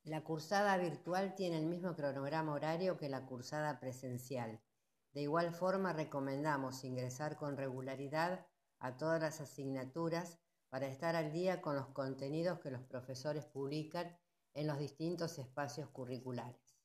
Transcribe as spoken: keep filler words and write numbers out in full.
La cursada virtual tiene el mismo cronograma horario que la cursada presencial. De igual forma, recomendamos ingresar con regularidad a todas las asignaturas para estar al día con los contenidos que los profesores publican en los distintos espacios curriculares.